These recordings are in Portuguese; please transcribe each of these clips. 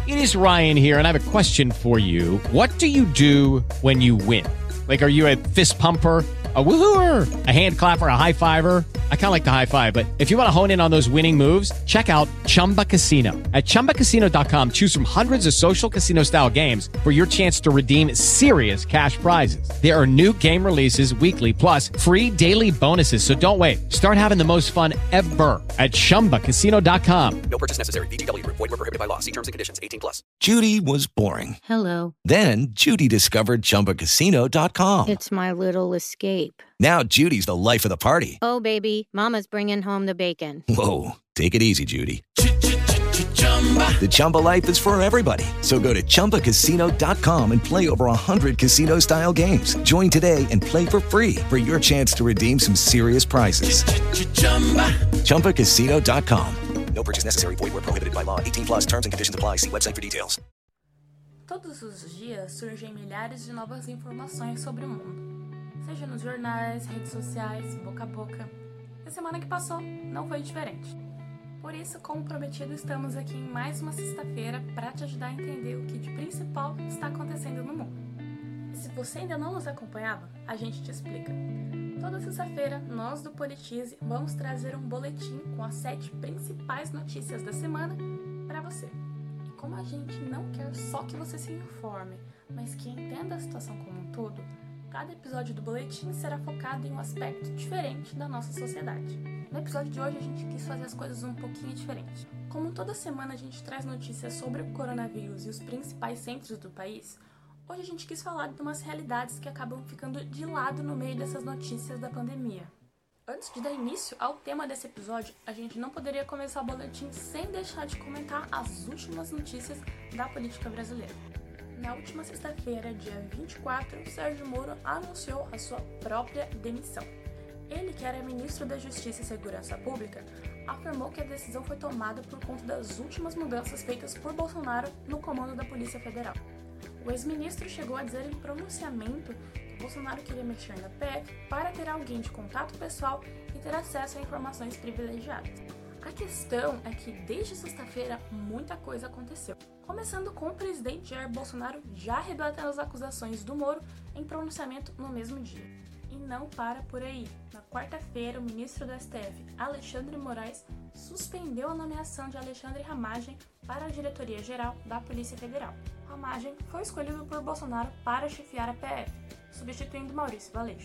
It is Ryan here, and I have a question for you. What do you do when you win? Like, are you a fist pumper, a woohooer, a hand clapper, a high fiver? I kind of like the high five, but if you want to hone in on those winning moves, check out Chumba Casino. At ChumbaCasino.com, choose from hundreds of social casino style games for your chance to redeem serious cash prizes. There are new game releases weekly, plus free daily bonuses. So don't wait. Start having the most fun ever at ChumbaCasino.com. No purchase necessary. VGW Group. Void where prohibited by law. See terms and conditions. 18+. Judy was boring. Hello. Then Judy discovered ChumbaCasino.com. It's my little escape. Now Judy's the life of the party. Oh, baby, mama's bringing home the bacon. Whoa, take it easy, Judy. The Chumba life is for everybody. So go to ChumbaCasino.com and play over 100 casino-style games. Join today and play for free for your chance to redeem some serious prizes. ChumbaCasino.com. No purchase necessary. Void where prohibited by law. 18+. Terms and conditions apply. See website for details. Todos os dias surgem milhares de novas informações sobre o mundo, seja nos jornais, redes sociais, boca a boca. E a semana que passou não foi diferente. Por isso, como prometido, estamos aqui em mais uma sexta-feira para te ajudar a entender o que de principal está acontecendo no mundo. E se você ainda não nos acompanhava, a gente te explica. Toda sexta-feira, nós do Politize vamos trazer um boletim com as 7 principais notícias da semana para você. Como a gente não quer só que você se informe, mas que entenda a situação como um todo, cada episódio do boletim será focado em um aspecto diferente da nossa sociedade. No episódio de hoje a gente quis fazer as coisas um pouquinho diferente. Como toda semana a gente traz notícias sobre o coronavírus e os principais centros do país, hoje a gente quis falar de umas realidades que acabam ficando de lado no meio dessas notícias da pandemia. Antes de dar início ao tema desse episódio, a gente não poderia começar o boletim sem deixar de comentar as últimas notícias da política brasileira. Na última sexta-feira, dia 24, Sérgio Moro anunciou a sua própria demissão. Ele, que era ministro da Justiça e Segurança Pública, afirmou que a decisão foi tomada por conta das últimas mudanças feitas por Bolsonaro no comando da Polícia Federal. O ex-ministro chegou a dizer em pronunciamento que Bolsonaro queria mexer na PF para ter alguém de contato pessoal e ter acesso a informações privilegiadas. A questão é que desde sexta-feira muita coisa aconteceu, começando com o presidente Jair Bolsonaro já rebatendo as acusações do Moro em pronunciamento no mesmo dia. E não para por aí. Na quarta-feira, o ministro do STF, Alexandre Moraes, suspendeu a nomeação de Alexandre Ramagem para a diretoria-geral da Polícia Federal. Ramagem foi escolhido por Bolsonaro para chefiar a PF, substituindo Maurício Valeixo.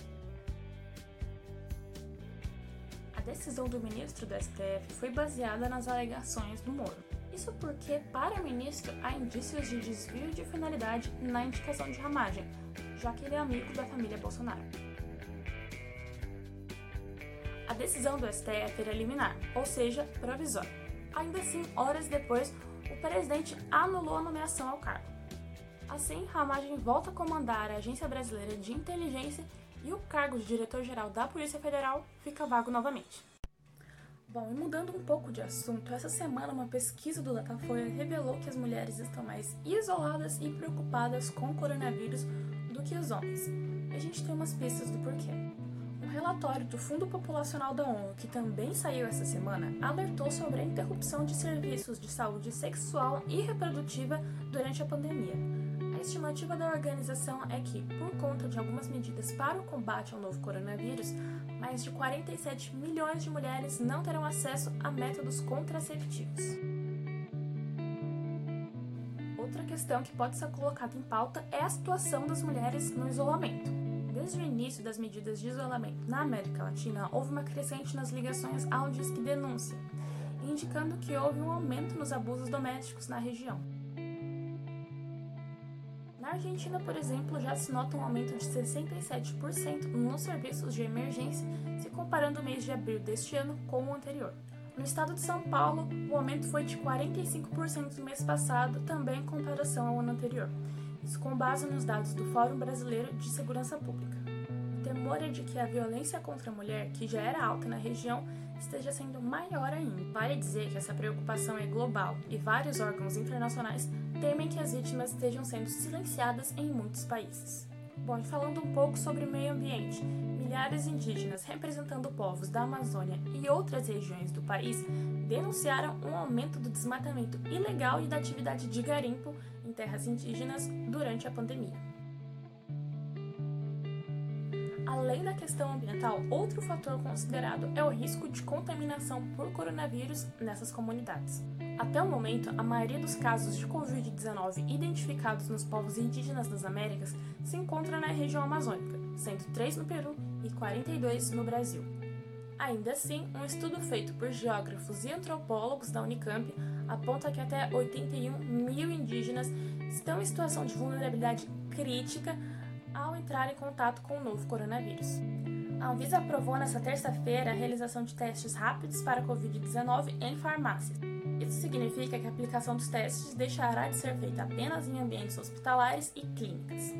A decisão do ministro do STF foi baseada nas alegações do Moro. Isso porque, para o ministro, há indícios de desvio de finalidade na indicação de Ramagem, já que ele é amigo da família Bolsonaro. A decisão do STF era liminar, ou seja, provisória. Ainda assim, horas depois, o presidente anulou a nomeação ao cargo. Assim, Ramagem volta a comandar a Agência Brasileira de Inteligência e o cargo de diretor-geral da Polícia Federal fica vago novamente. Bom, e mudando um pouco de assunto, essa semana uma pesquisa do Datafolha revelou que as mulheres estão mais isoladas e preocupadas com o coronavírus do que os homens. E a gente tem umas pistas do porquê. Um relatório do Fundo Populacional da ONU, que também saiu essa semana, alertou sobre a interrupção de serviços de saúde sexual e reprodutiva durante a pandemia. A estimativa da organização é que, por conta de algumas medidas para o combate ao novo coronavírus, mais de 47 milhões de mulheres não terão acesso a métodos contraceptivos. Outra questão que pode ser colocada em pauta é a situação das mulheres no isolamento. Desde o início das medidas de isolamento na América Latina, houve uma crescente nas ligações ao Disque Denúncia, indicando que houve um aumento nos abusos domésticos na região. Na Argentina, por exemplo, já se nota um aumento de 67% nos serviços de emergência, se comparando o mês de abril deste ano com o anterior. No estado de São Paulo, o aumento foi de 45% no mês passado, também em comparação ao ano anterior. Isso com base nos dados do Fórum Brasileiro de Segurança Pública. O temor é de que a violência contra a mulher, que já era alta na região, esteja sendo maior ainda. Vale dizer que essa preocupação é global e vários órgãos internacionais temem que as vítimas estejam sendo silenciadas em muitos países. Bom, e falando um pouco sobre o meio ambiente, familiares indígenas representando povos da Amazônia e outras regiões do país denunciaram um aumento do desmatamento ilegal e da atividade de garimpo em terras indígenas durante a pandemia. Além da questão ambiental, outro fator considerado é o risco de contaminação por coronavírus nessas comunidades. Até o momento, a maioria dos casos de Covid-19 identificados nos povos indígenas das Américas se encontra na região amazônica, sendo 3 no Peru e 42 no Brasil. Ainda assim, um estudo feito por geógrafos e antropólogos da Unicamp aponta que até 81 mil indígenas estão em situação de vulnerabilidade crítica ao entrar em contato com o novo coronavírus. A Anvisa aprovou nesta terça-feira a realização de testes rápidos para a Covid-19 em farmácias. Isso significa que a aplicação dos testes deixará de ser feita apenas em ambientes hospitalares e clínicas.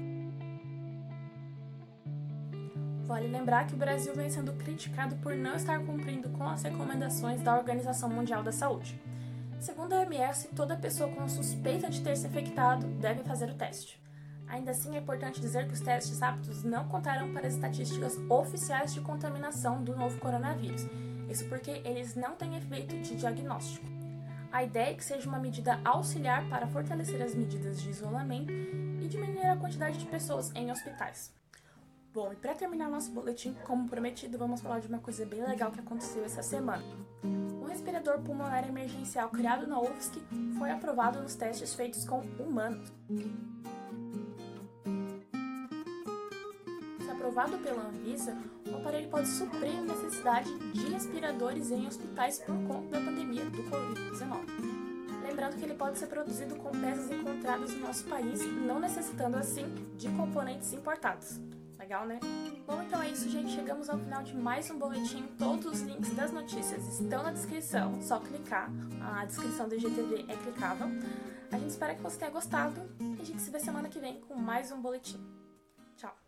Vale lembrar que o Brasil vem sendo criticado por não estar cumprindo com as recomendações da Organização Mundial da Saúde. Segundo a OMS, toda pessoa com suspeita de ter se infectado deve fazer o teste. Ainda assim, é importante dizer que os testes rápidos não contarão para as estatísticas oficiais de contaminação do novo coronavírus. Isso porque eles não têm efeito de diagnóstico. A ideia é que seja uma medida auxiliar para fortalecer as medidas de isolamento e diminuir a quantidade de pessoas em hospitais. Bom, e para terminar nosso boletim, como prometido, vamos falar de uma coisa bem legal que aconteceu essa semana. Um respirador pulmonar emergencial criado na UFSC foi aprovado nos testes feitos com humanos. Se aprovado pela Anvisa, o aparelho pode suprir a necessidade de respiradores em hospitais por conta da pandemia do Covid-19. Lembrando que ele pode ser produzido com peças encontradas no nosso país, não necessitando assim de componentes importados. Legal, né? Bom, então é isso, gente. Chegamos ao final de mais um boletim. Todos os links das notícias estão na descrição. Só clicar. A descrição do IGTV é clicável. A gente espera que você tenha gostado. E a gente se vê semana que vem com mais um boletim. Tchau!